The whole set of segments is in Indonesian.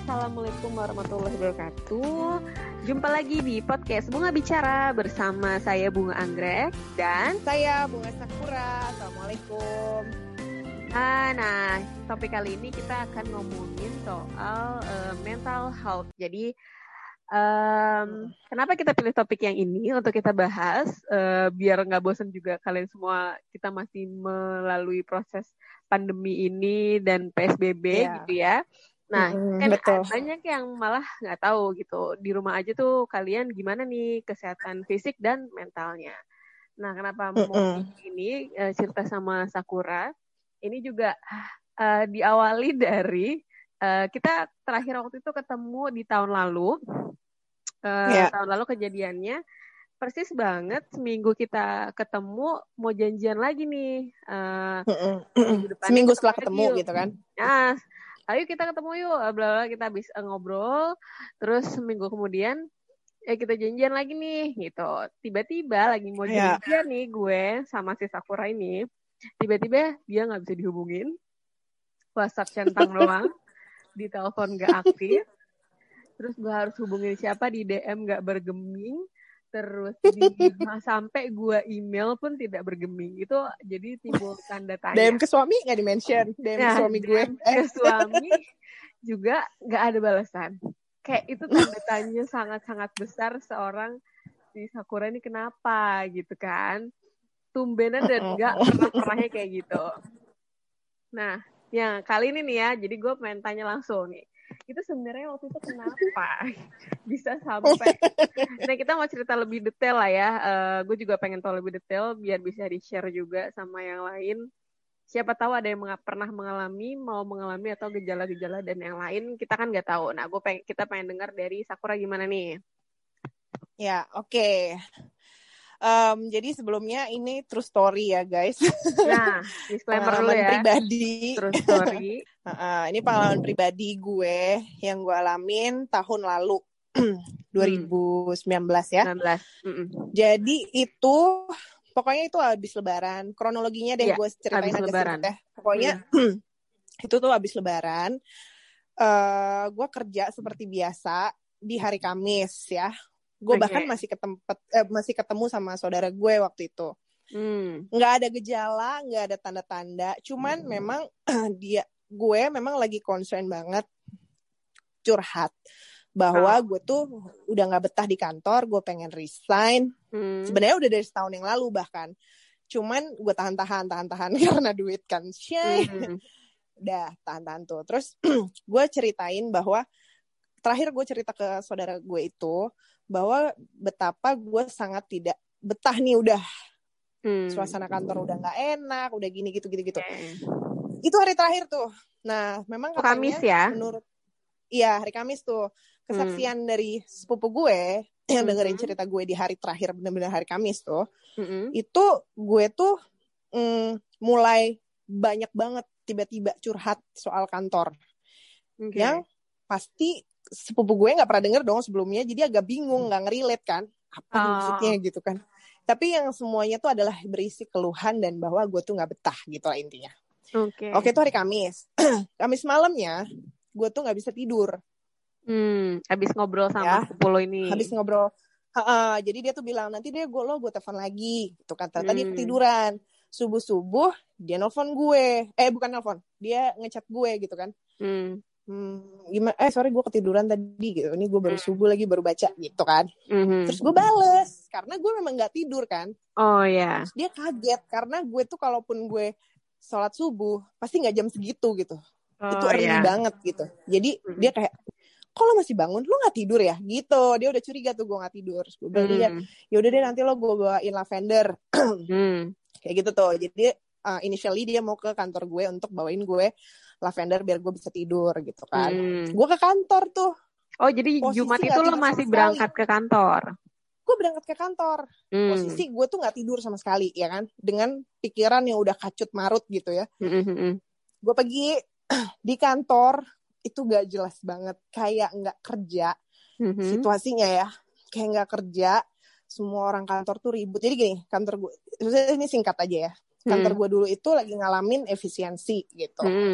Assalamualaikum warahmatullahi wabarakatuh. Jumpa lagi di podcast Bunga Bicara bersama saya Bunga Anggrek dan saya Bunga Sakura. Assalamualaikum. Nah, topik kali ini kita akan ngomongin soal mental health. Jadi, kenapa kita pilih topik yang ini untuk kita bahas? Biar nggak bosan juga kalian semua, kita masih melalui proses pandemi ini dan PSBB gitu ya. Nah, kan banyak yang malah nggak tahu gitu. Di rumah aja tuh kalian gimana nih kesehatan fisik dan mentalnya. Nah, kenapa mau ini cerita sama Sakura? Ini juga diawali dari kita terakhir waktu itu ketemu di tahun lalu. Tahun lalu kejadiannya persis banget seminggu kita ketemu mau janjian lagi nih. Minggu depan seminggu setelah ketemu gitu kan. Nah, ayo kita ketemu yuk, bla bla, kita habis ngobrol, terus seminggu kemudian kita janjian lagi nih, gitu. Tiba-tiba lagi mau janjian nih gue sama si Sakura ini, tiba-tiba dia nggak bisa dihubungin, WhatsApp centang doang, di telepon nggak aktif, terus gue harus hubungin siapa di DM nggak bergeming, terus sampai gue email pun tidak bergeming. Itu jadi timbul tanda tanya. DM ke suami nggak di-mention. DM ke suami gue. Ke suami juga nggak ada balasan. Kayak itu tanda tanya sangat-sangat besar seorang si Sakura ini kenapa gitu kan. Tumbenan dan nggak pernah-pernahnya kayak gitu. Nah, yang kali ini nih ya, jadi gue pengen tanya langsung nih. Itu sebenarnya waktu itu kenapa bisa sampai nah kita mau cerita lebih detail lah ya, gue juga pengen tahu lebih detail biar bisa di-share juga sama yang lain, siapa tahu ada yang pernah mau mengalami atau gejala-gejala dan yang lain kita kan nggak tahu. Nah kita pengen dengar dari Sakura gimana nih. Ya oke. Jadi sebelumnya ini true story ya guys. Nah, disclaimer dulu ya. Pribadi. True story. Ini pengalaman pribadi gue yang gue alamin tahun lalu, 2019 ya. 19. Jadi itu pokoknya itu habis Lebaran. Kronologinya deh gue ceritain agak sedikit ya. Pokoknya itu tuh habis Lebaran. Gue kerja seperti biasa di hari Kamis ya. Gue bahkan masih ketemu sama saudara gue waktu itu. Nggak ada gejala, nggak ada tanda-tanda. Cuman memang gue memang lagi concern banget curhat bahwa gue tuh udah nggak betah di kantor, gue pengen resign. Sebenarnya udah dari setahun yang lalu bahkan. Cuman gue tahan karena duit kan. Udah tahan tuh. Terus gue ceritain bahwa terakhir gue cerita ke saudara gue itu bahwa betapa gue sangat tidak betah nih udah. Suasana kantor udah nggak enak, udah gini gitu. Itu hari terakhir tuh. Nah, memang katanya Kamis ya? Hari Kamis tuh. Kesaksian dari sepupu gue yang dengerin cerita gue di hari terakhir benar-benar hari Kamis tuh. Itu gue tuh mulai banyak banget tiba-tiba curhat soal kantor. Yang pasti sepupu gue nggak pernah denger dong sebelumnya, jadi agak bingung, nggak ngerelate kan apa maksudnya gitu kan. Tapi yang semuanya tuh adalah berisi keluhan dan bahwa gue tuh nggak betah gitu lah intinya. Oke, itu hari Kamis. Kamis malamnya gue tuh nggak bisa tidur. Habis ngobrol sama sepupu ini. Habis ngobrol. Jadi dia tuh bilang nanti gue telepon lagi gitu kan. Tadi ketiduran. Subuh dia nelfon gue. Bukan nelfon, dia ngechat gue gitu kan. Gimana? Sorry gue ketiduran tadi gitu. Ini gue baru subuh lagi baru baca gitu kan. Terus gue bales karena gue memang nggak tidur kan. Terus dia kaget karena gue tuh kalaupun gue sholat subuh pasti nggak jam segitu gitu. Itu early banget gitu. Jadi dia kayak, kok lo masih bangun? Lo nggak tidur ya? Gitu. Dia udah curiga tuh gue nggak tidur. Terus gue bilang dia, yaudah deh nanti lo gue bawain lavender. Kayak gitu tuh. Jadi initially dia mau ke kantor gue untuk bawain gue lavender biar gue bisa tidur gitu kan. Gue ke kantor tuh. Oh jadi Jumat itu lo masih berangkat ke kantor? Gue berangkat ke kantor. Posisi gue tuh gak tidur sama sekali ya kan. Dengan pikiran yang udah kacut marut gitu ya. Gue pergi di kantor itu gak jelas banget. Kayak gak kerja situasinya ya. Kayak gak kerja. Semua orang kantor tuh ribut. Jadi gini, kantor gue, ini singkat aja ya. Kantor gue dulu itu lagi ngalamin efisiensi gitu.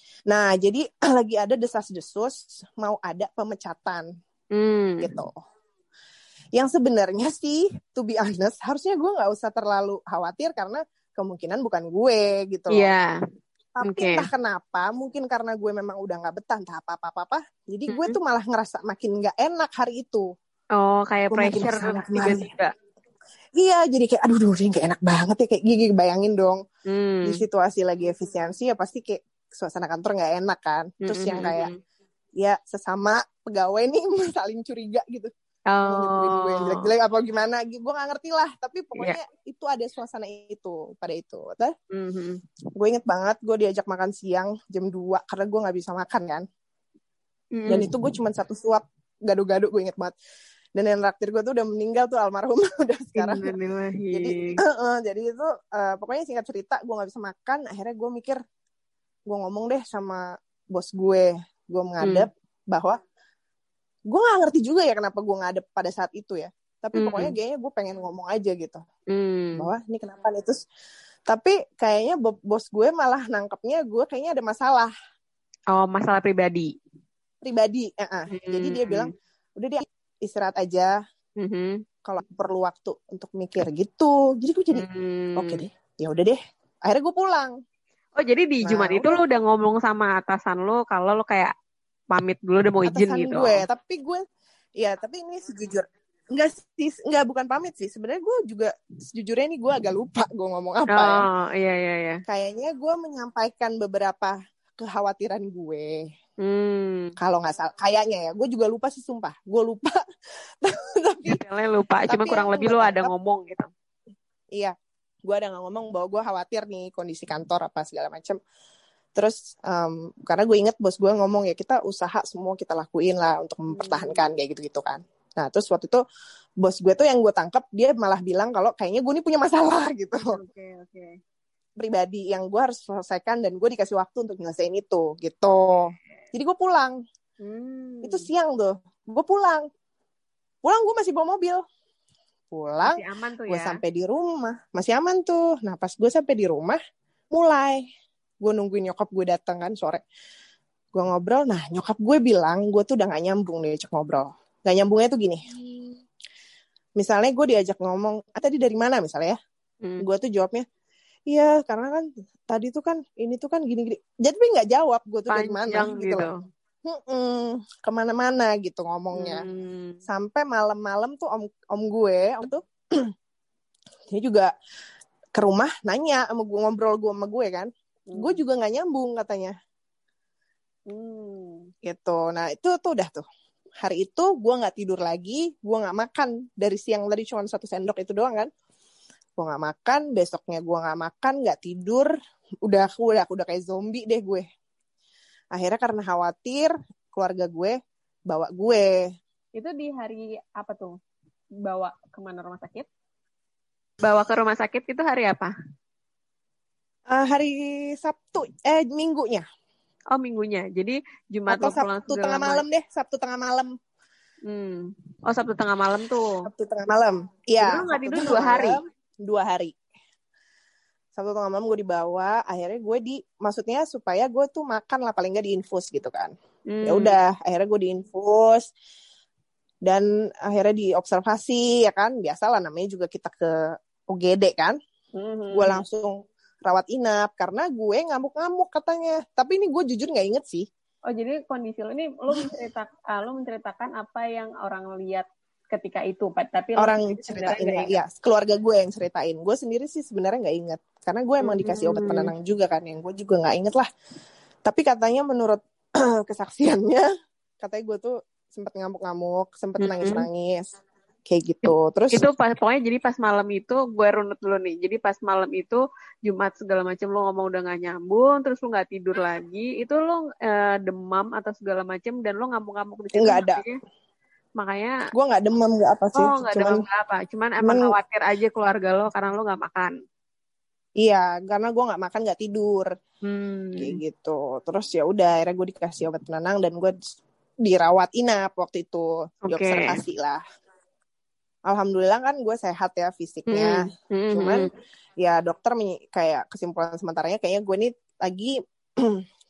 Nah, jadi lagi ada desas-desus mau ada pemecatan gitu. Yang sebenarnya sih, to be honest, harusnya gue nggak usah terlalu khawatir karena kemungkinan bukan gue gitu loh. Iya. Tapi entah kenapa, mungkin karena gue memang udah nggak betah, entah apa-apa. Jadi gue tuh malah ngerasa makin nggak enak hari itu. Oh, kayak gue pressure tiba-tiba. Iya, jadi kayak aduh gak enak banget ya, kayak gigi bayangin dong. Di situasi lagi efisiensi ya pasti kayak suasana kantor nggak enak kan. Terus yang kayak ya sesama pegawai nih saling curiga gitu. Mau nyebelin gue yang jelek-jelek apa gimana, gue gak ngerti lah. Tapi pokoknya itu ada suasana itu pada itu. Gue inget banget gue diajak makan siang jam 2 karena gue gak bisa makan kan. Dan itu gue cuma satu suap gado-gado, gue inget banget. Dan yang traktir gue tuh udah meninggal tuh, almarhum udah sekarang. Jadi itu pokoknya singkat cerita gue gak bisa makan. Akhirnya gue mikir, gue ngomong deh sama bos gue menghadap bahwa gue gak ngerti juga ya kenapa gue ngadep pada saat itu ya. Tapi pokoknya kayaknya gue pengen ngomong aja gitu. Bahwa ini kenapa nih. Terus, tapi kayaknya bos gue malah nangkepnya gue kayaknya ada masalah. Oh, masalah pribadi. Jadi dia bilang, udah dia istirahat aja. Kalau perlu waktu untuk mikir gitu. Jadi gue jadi, oke deh. Ya udah deh. Akhirnya gue pulang. Oh, jadi di Jumat itu lo udah ngomong sama atasan lo kalau lo kayak pamit dulu udah mau izin atasan gitu. Tapi ini enggak bukan pamit sih. Sebenarnya gue juga sejujurnya nih gue agak lupa gue ngomong apa ya. Iya. Kayaknya gue menyampaikan beberapa kekhawatiran gue. Kalau nggak salah, kayaknya ya. Gue juga lupa sih, sumpah. Gue lupa. Detailnya lupa. Cuma kurang lebih lo ada ngomong gitu. Iya. Gue ada ngomong bahwa gue khawatir nih kondisi kantor apa segala macam. Terus karena gue inget bos gue ngomong ya kita usaha semua kita lakuin lah untuk mempertahankan kayak gitu-gitu kan. Nah terus waktu itu bos gue tuh yang gue tangkap dia malah bilang kalau kayaknya gue nih punya masalah gitu. Oke. Pribadi yang gue harus selesaikan dan gue dikasih waktu untuk nyelesain itu gitu. Jadi gue pulang. Itu siang tuh. Gue pulang gue masih bawa mobil. Pulang, masih aman tuh ya. Gue sampai di rumah, masih aman tuh. Nah pas gue sampai di rumah, mulai gue nungguin nyokap gue datang kan sore. Gue ngobrol, nah nyokap gue bilang gue tuh udah gak nyambung diajak ngobrol. Gak nyambungnya tuh gini. Misalnya gue diajak ngomong, tadi dari mana misalnya ya? Gue tuh jawabnya, iya karena kan tadi tuh kan ini tuh kan gini-gini. Jadi gak jawab gue tuh dari mana gitu loh. Kemana-mana gitu ngomongnya. Sampai malam-malam tuh om gue tuh dia juga ke rumah nanya sama gue, ngobrol gue sama gue kan. Gue juga nggak nyambung katanya. Gitu. Nah itu tuh udah tuh. Hari itu gue nggak tidur lagi, gue nggak makan dari siang tadi cuma 1 sendok itu doang kan. Gue nggak makan, besoknya gue nggak makan, nggak tidur, udah kayak zombie deh gue. Akhirnya karena khawatir, keluarga gue bawa gue. Itu di hari apa tuh? Bawa kemana rumah sakit? Bawa ke rumah sakit itu hari apa? Hari Sabtu, minggunya. Oh minggunya, jadi Jumat atau Sabtu tengah malam deh, Sabtu tengah malam. Oh Sabtu tengah malam tuh. Sabtu tengah malam, iya. Lu nggak tidur 2 hari? 2 hari. Sabtu tengah malam gue dibawa, akhirnya gue maksudnya supaya gue tuh makan lah paling nggak diinfus gitu kan. Ya udah, akhirnya gue diinfus dan akhirnya diobservasi ya kan, biasalah namanya juga kita ke UGD kan. Gue langsung rawat inap karena gue ngamuk-ngamuk katanya. Tapi ini gue jujur nggak inget sih. Oh jadi kondisi lo ini lo menceritakan apa yang orang lihat ketika itu, tapi orang ceritain ya, keluarga gue yang ceritain. Gue sendiri sih sebenarnya nggak inget karena gue emang dikasih obat penenang juga kan, yang gue juga nggak inget lah. Tapi katanya menurut kesaksiannya, katanya gue tuh sempat ngamuk-ngamuk, sempat nangis-nangis. Kayak gitu. Terus itu pokoknya jadi pas malam itu gue runut dulu nih. Jadi pas malam itu Jumat segala macam lo ngomong udah gak nyambung, terus lo gak tidur lagi. Itu lo demam atau segala macam dan lo ngamuk-ngamuk di situ. Nggak ada. Makanya gue nggak demam, nggak apa sih. Oh nggak demam nggak apa. Cuman emang khawatir aja keluarga lo karena lo nggak makan. Iya, karena gue nggak makan nggak tidur. Kayak gitu. Terus ya udah, akhirnya gue dikasih obat penenang dan gue dirawat inap waktu itu, diobservasi lah. Alhamdulillah kan gue sehat ya fisiknya. Cuman ya dokter kayak kesimpulan sementaranya kayaknya gue nih lagi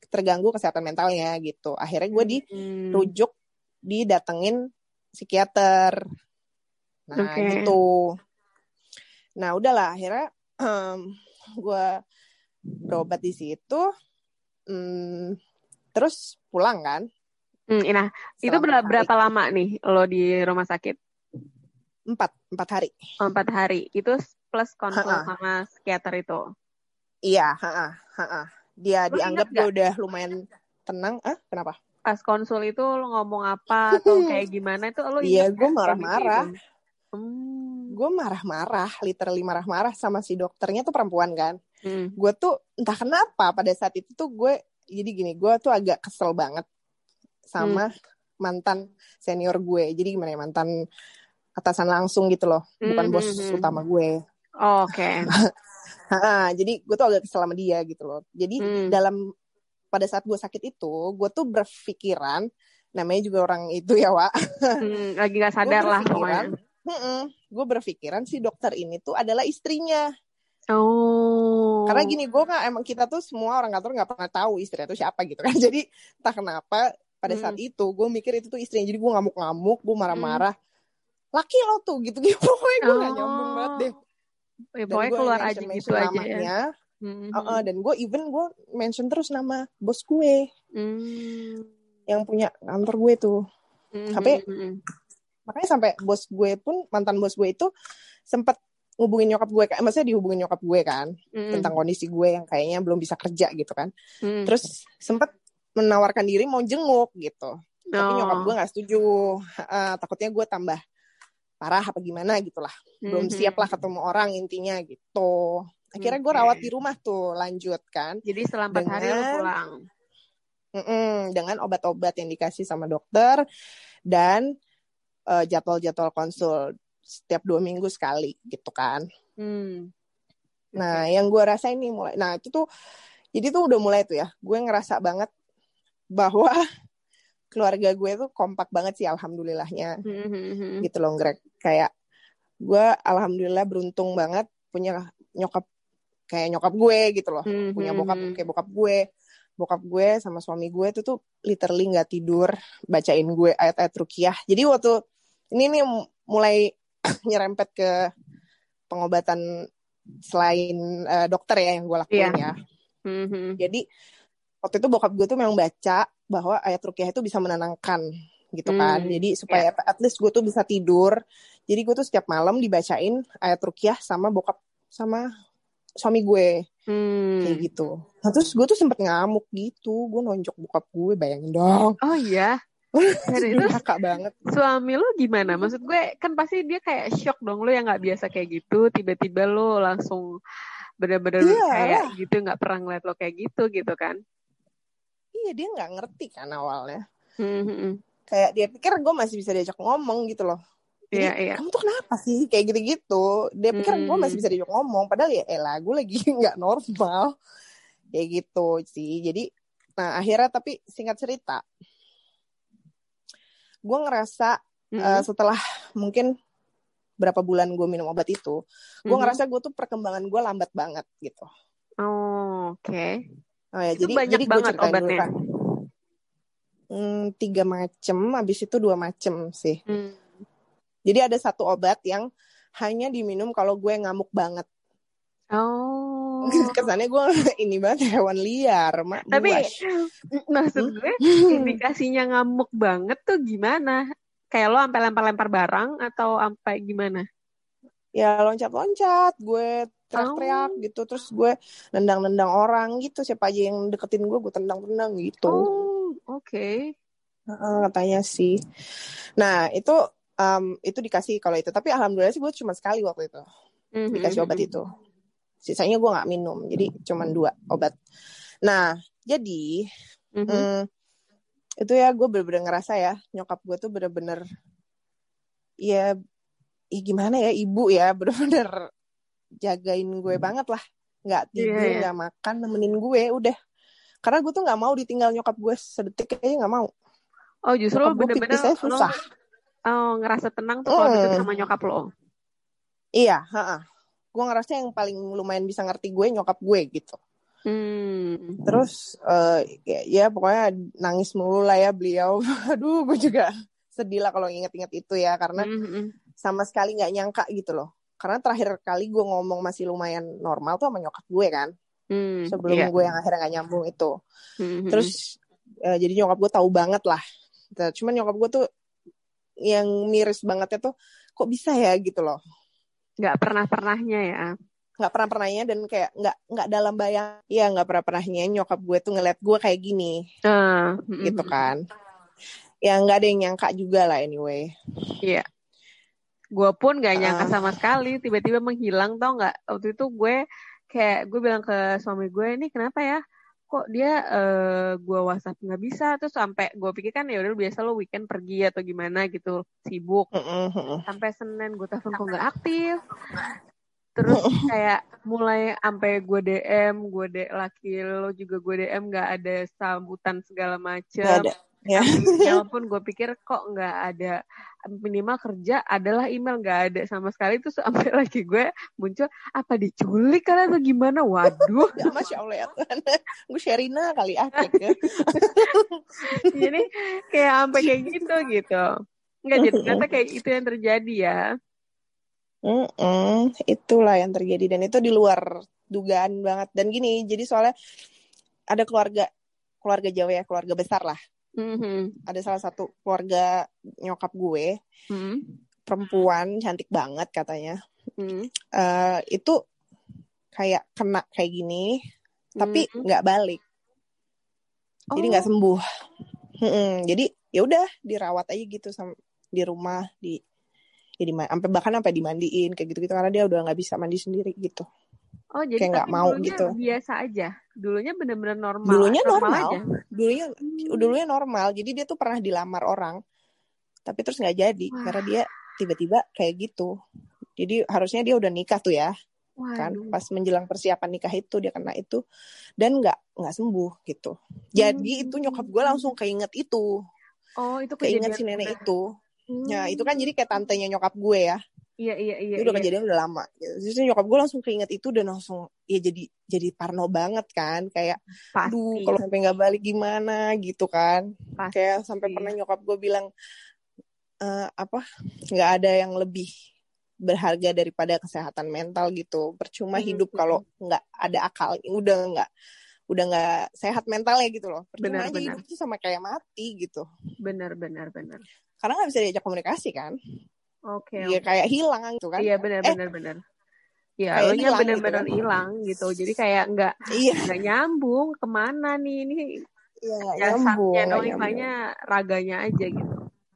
terganggu kesehatan mentalnya gitu. Akhirnya gue dirujuk, didatengin psikiater. Nah gitu. Nah udahlah akhirnya gue berobat di situ, terus pulang kan. Nah itu berapa lama nih lo di rumah sakit? 4 hari. 4 hari itu plus konsul sama psikiater itu. Iya, dia lo dianggap gue udah lumayan tenang. Kenapa? Pas konsul itu lo ngomong apa atau kayak gimana itu lo ingat? Iya, gue marah-marah. Gue marah-marah, literally marah-marah sama si dokternya tuh perempuan kan. Gue tuh entah kenapa pada saat itu tuh gue, jadi gini, gue tuh agak kesel banget sama mantan senior gue. Jadi gimana ya, mantan atasan langsung gitu loh, bukan bos utama gue. Oke. Jadi gue tuh agak kesel sama dia gitu loh. Jadi pada saat gue sakit itu, gue tuh berpikiran, namanya juga orang itu ya, Wak. Lagi gak sadar lah pokoknya. Gue berpikiran si dokter ini tuh adalah istrinya. Karena gini, gue emang kita tuh semua orang kantor nggak pernah tahu istrinya tuh siapa gitu kan. Jadi entah kenapa pada saat itu gue mikir itu tuh istrinya. Jadi gue ngamuk-ngamuk, gue marah-marah. Laki lo tuh gitu-gitu. Pokoknya gue gak nyambung banget deh. Dan pokoknya keluar aja gitu aja namanya, ya. Dan gue mention terus nama bos gue. Yang punya kantor gue tuh. Makanya sampai bos gue pun, mantan bos gue itu sempat ngubungin nyokap gue, maksudnya dihubungin nyokap gue kan, tentang kondisi gue yang kayaknya belum bisa kerja gitu kan. Terus sempat menawarkan diri mau jenguk gitu. Tapi nyokap gue gak setuju. Takutnya gue tambah parah apa gimana gitulah. Belum siap lah ketemu orang intinya gitu. Akhirnya gue rawat di rumah tuh, lanjut kan. Jadi setelah 4 hari lo pulang. Dengan obat-obat yang dikasih sama dokter dan jadwal-jadwal konsul setiap 2 minggu sekali gitu kan. Nah yang gue rasain nih mulai, nah itu tuh jadi tuh udah mulai tuh ya, gue ngerasa banget bahwa keluarga gue tuh kompak banget sih alhamdulillahnya. Gitu loh Greg, kayak gue alhamdulillah beruntung banget punya nyokap kayak nyokap gue gitu loh. Punya bokap kayak bokap gue sama suami gue itu tuh literally gak tidur bacain gue ayat-ayat ruqyah. Jadi waktu ini nih mulai nyerempet ke pengobatan selain dokter ya yang gue lakuin ya. Jadi waktu itu bokap gue tuh memang baca bahwa ayat ruqyah itu bisa menenangkan gitu kan. Jadi supaya at least gue tuh bisa tidur. Jadi gue tuh setiap malam dibacain ayat ruqyah sama bokap sama suami gue. Kayak gitu. Nah terus gue tuh sempet ngamuk gitu. Gue nonjok bokap gue, bayangin dong. Oh iya? Itu kakak banget. Suami lo gimana? Maksud gue kan pasti dia kayak shock dong, lo yang nggak biasa kayak gitu, tiba-tiba lo langsung bener-bener kayak gitu, nggak pernah ngeliat lo kayak gitu kan? Iya, dia nggak ngerti kan awalnya. Kayak dia pikir gue masih bisa diajak ngomong gitu loh. Jadi kamu tuh kenapa sih kayak gitu-gitu? Dia pikir gue masih bisa diajak ngomong, padahal ya elah gue lagi nggak normal kayak gitu sih. Jadi nah akhirnya tapi singkat cerita, gue ngerasa setelah mungkin berapa bulan gue minum obat itu, gue ngerasa gue tuh perkembangan gue lambat banget gitu. Oke. Oh ya, itu jadi gue ceritain obatnya. Dulu kan. 3 macem, habis itu 2 macem sih. Jadi ada satu obat yang hanya diminum kalau gue ngamuk banget. Kesannya gue ini banget hewan liar, mak. Tapi maksud gue indikasinya ngamuk banget tuh gimana? Kayak lo sampai lempar-lempar barang atau sampai gimana? Ya loncat-loncat, gue teriak-teriak gitu, terus gue nendang-nendang orang gitu, siapa aja yang deketin gue tendang-tendang gitu. Oke. Katanya sih. Nah itu dikasih kalau itu, tapi alhamdulillah sih gue cuma sekali waktu itu dikasih obat itu. Sisanya gue nggak minum, jadi cuma 2 obat. Nah jadi itu ya gue bener-bener ngerasa ya nyokap gue tuh bener-bener ya gimana ya, ibu ya, bener-bener jagain gue banget lah, nggak tidur nggak makan, nemenin gue udah, karena gue tuh nggak mau ditinggal nyokap gue sedetik aja, nggak mau. Justru lo bener-bener susah. Ngerasa tenang tuh kalau deket sama nyokap lo. Iya, gue ngerasa yang paling lumayan bisa ngerti gue nyokap gue gitu. Terus ya pokoknya nangis mulu lah ya beliau. Aduh, gue juga sedih lah kalau inget-inget itu ya, karena sama sekali nggak nyangka gitu loh. Karena terakhir kali gue ngomong masih lumayan normal tuh sama nyokap gue kan, sebelum gue yang akhirnya nggak nyambung itu. Terus jadi nyokap gue tahu banget lah. Cuman nyokap gue tuh yang miris bangetnya tuh kok bisa ya gitu loh. Nggak pernahnya ya. Nggak pernahnya dan kayak nggak dalam bayang. Ya nggak pernahnya nyokap gue tuh ngeliat gue kayak gini. Gitu kan. Ya nggak ada yang nyangka juga lah anyway. Iya. Gue pun gak nyangka sama sekali. Tiba-tiba menghilang, tau gak? Waktu itu gue bilang ke suami gue, ini kenapa ya? Kok dia gue WhatsApp gak bisa? Terus sampai gue pikir kan ya udah biasa lo weekend pergi atau gimana gitu, sibuk. Sampai Senin gue telepon kok gak aktif. Terus kayak mulai sampai gue DM, laki lo juga gue DM gak ada sambutan segala macem. Gak ada. Ya. Email pun gue pikir kok nggak ada, minimal kerja adalah email, nggak ada sama sekali. Tuh sampai lagi gue muncul apa diculik kan atau gimana, waduh. Ya, Masya Allah ya Tuhan, gue Sherina kali aktif ya. Jadi kayak sampai kayak gitu nggak, jadi ternyata kayak itu yang terjadi ya. Itulah yang terjadi dan itu di luar dugaan banget. Dan gini, jadi soalnya ada keluarga Jawa ya, keluarga besar lah. Ada salah satu keluarga nyokap gue, perempuan cantik banget katanya. Itu kayak kena kayak gini, tapi nggak balik, jadi nggak sembuh. Jadi ya udah dirawat aja gitu di rumah, sampai dimandiin kayak gitu karena dia udah nggak bisa mandi sendiri gitu. Oh, jadi kayak nggak mau gitu. Biasa aja. Dulunya benar-benar normal. Dulunya normal aja. Dulunya normal. Jadi dia tuh pernah dilamar orang, tapi terus nggak jadi. Wah. Karena dia tiba-tiba kayak gitu. Jadi harusnya dia udah nikah tuh ya. Waduh. Kan pas menjelang persiapan nikah itu dia kena itu dan nggak sembuh gitu. Jadi itu nyokap gue langsung keinget itu. Oh, itu keinget si nenek itu. Ya itu kan jadi kayak tantenya nyokap gue ya. Iya. Itu udah kejadian udah lama. Jadi nyokap gue langsung keinget itu dan langsung ya jadi parno banget kan, kayak aduh kalau sampai nggak balik gimana gitu kan. Pasti. Kayak sampai pernah nyokap gue bilang nggak ada yang lebih berharga daripada kesehatan mental gitu. Percuma hidup kalau nggak ada akal, udah nggak sehat mentalnya gitu loh. Percuma aja hidup itu sama kayak mati gitu. Benar. Karena nggak bisa diajak komunikasi kan. Oke. Iya kayak hilang gitu kan. Iya benar. Ya lo nya benar-benar hilang gitu. Jadi kayak nggak nyambung kemana nih ini. Iya nggak nyambung. Dong istilahnya raganya aja gitu.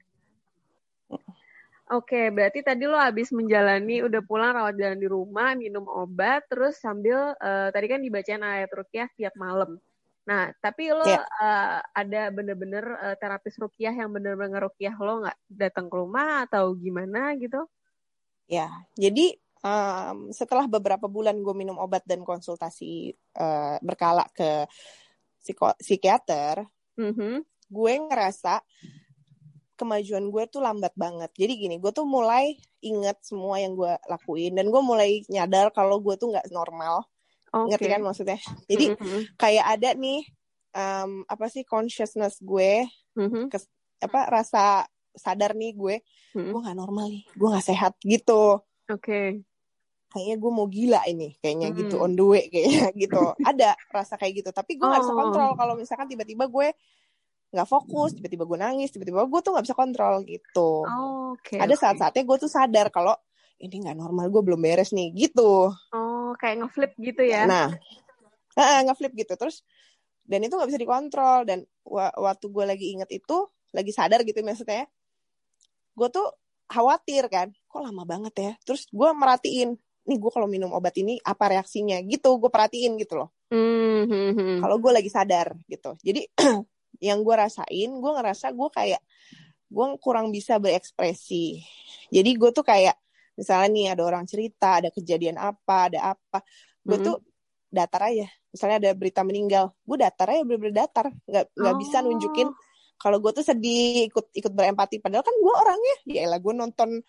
Oke, berarti tadi lo habis menjalani, udah pulang rawat jalan di rumah, minum obat, terus sambil tadi kan dibacain ayat ruqyah tiap malam. Nah, tapi lo ada bener-bener terapis ruqyah yang bener-bener ngeruqyah lo nggak datang ke rumah atau gimana gitu? Ya, jadi setelah beberapa bulan gue minum obat dan konsultasi berkala ke psikiater, gue ngerasa kemajuan gue tuh lambat banget. Jadi gini, gue tuh mulai inget semua yang gue lakuin dan gue mulai nyadar kalau gue tuh nggak normal. Ngerti kan maksudnya? Jadi kayak ada nih consciousness gue, rasa sadar nih gue nggak normal nih, gue nggak sehat gitu. Kayaknya gue mau gila ini, kayaknya gitu, on the way kayaknya gitu. Ada rasa kayak gitu, tapi gue nggak bisa kontrol. Kalau misalkan tiba-tiba gue nggak fokus, tiba-tiba gue nangis, tiba-tiba gue tuh nggak bisa kontrol gitu. Ada saat-saatnya gue tuh sadar kalau ini nggak normal, gue belum beres nih gitu. Kayak ngeflip gitu ya? Nah, ngeflip gitu terus, dan itu nggak bisa dikontrol. Dan waktu gue lagi inget itu, lagi sadar gitu maksudnya, gue tuh khawatir kan, kok lama banget ya. Terus gue merhatiin, nih gue kalau minum obat ini apa reaksinya gitu, gue perhatiin gitu loh. Kalau gue lagi sadar gitu. Jadi yang gue rasain, gue ngerasa gue kayak gue kurang bisa berekspresi. Jadi gue tuh kayak misalnya nih ada orang cerita, ada kejadian apa, ada apa, gue tuh datar aja. Misalnya ada berita meninggal, gue datar aja, bener-bener datar, nggak bisa nunjukin kalau gue tuh sedih, ikut berempati. Padahal kan gue orangnya, ya elah gue nonton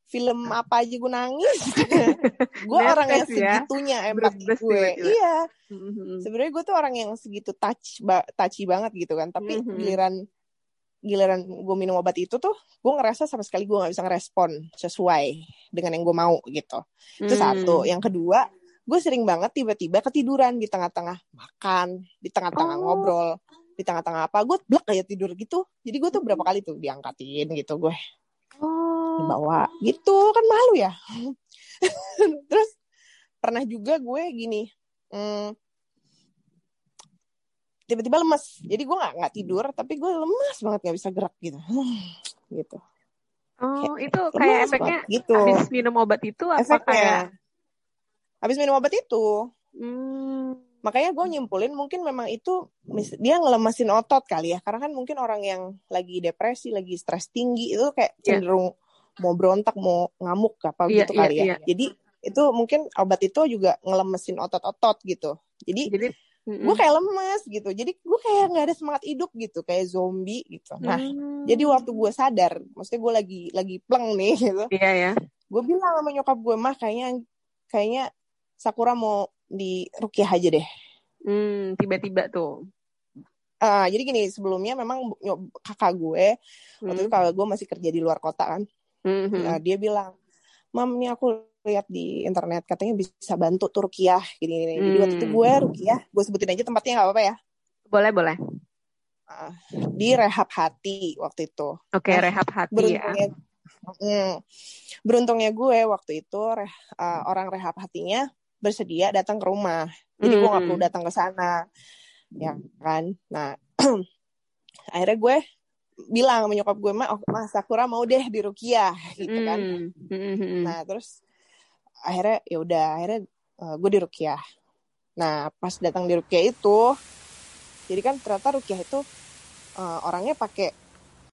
film apa aja gue nangis. Gue orang yang segitunya empati gue. Iya. Sebenarnya gue tuh orang yang segitu touchy banget gitu kan. Tapi giliran gue minum obat itu tuh, gue ngerasa sama sekali gue gak bisa ngerespon sesuai dengan yang gue mau gitu. Itu satu. Yang kedua, gue sering banget tiba-tiba ketiduran di tengah-tengah makan, di tengah-tengah ngobrol, di tengah-tengah apa, gue blek kayak tidur gitu. Jadi gue tuh berapa kali tuh diangkatin gitu gue. Dibawa gitu kan, malu ya. Terus pernah juga gue gini, tiba-tiba lemes, jadi gue nggak tidur tapi gue lemes banget, nggak bisa gerak gitu. Gitu. Itu kayak efeknya gitu. Habis minum obat itu apa efeknya, kayak habis minum obat itu. Makanya gue nyimpulin mungkin memang itu dia ngelemesin otot kali ya, karena kan mungkin orang yang lagi depresi, lagi stres tinggi itu kayak cenderung mau berontak, mau ngamuk apa gitu kali ya. Jadi itu mungkin obat itu juga ngelemesin otot-otot gitu. Jadi gue kayak lemes gitu. Jadi gue kayak nggak ada semangat hidup gitu, kayak zombie gitu. Nah, jadi waktu gue sadar, maksudnya gue lagi pleng nih gitu. Gue bilang sama nyokap gue, mah kayaknya Sakura mau di rukyah aja deh. Tiba-tiba tuh. Jadi gini, sebelumnya memang kakak gue, waktu itu kakak gue masih kerja di luar kota kan. Dia bilang, Mam, ini aku lihat di internet katanya bisa bantu tuh rukyah gini. Jadi waktu itu gue rukyah, gue sebutin aja tempatnya, nggak apa-apa ya? Boleh. Di Rehab Hati waktu itu. Oke, Rehab Hati beruntungnya gue waktu itu orang Rehab Hatinya bersedia datang ke rumah. Jadi gue nggak perlu datang ke sana, ya kan? Nah, akhirnya gue bilang sama nyokap gue, Mas Sakura mau deh di rukyah gitu kan. Nah terus akhirnya gue di rukyah. Nah pas datang di rukyah itu, jadi kan ternyata rukyah itu orangnya pakai